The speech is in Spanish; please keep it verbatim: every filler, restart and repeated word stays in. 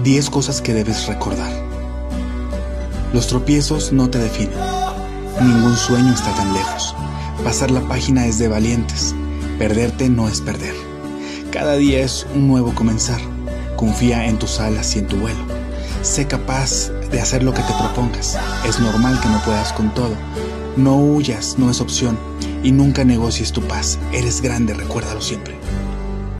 diez cosas que debes recordar. Los tropiezos no te definen. Ningún sueño está tan lejos. Pasar la página es de valientes. Perderte no es perder. Cada día es un nuevo comenzar. Confía en tus alas y en tu vuelo. Sé capaz de hacer lo que te propongas. Es normal que no puedas con todo. No huyas, no es opción. Y nunca negocies tu paz. Eres grande, recuérdalo siempre.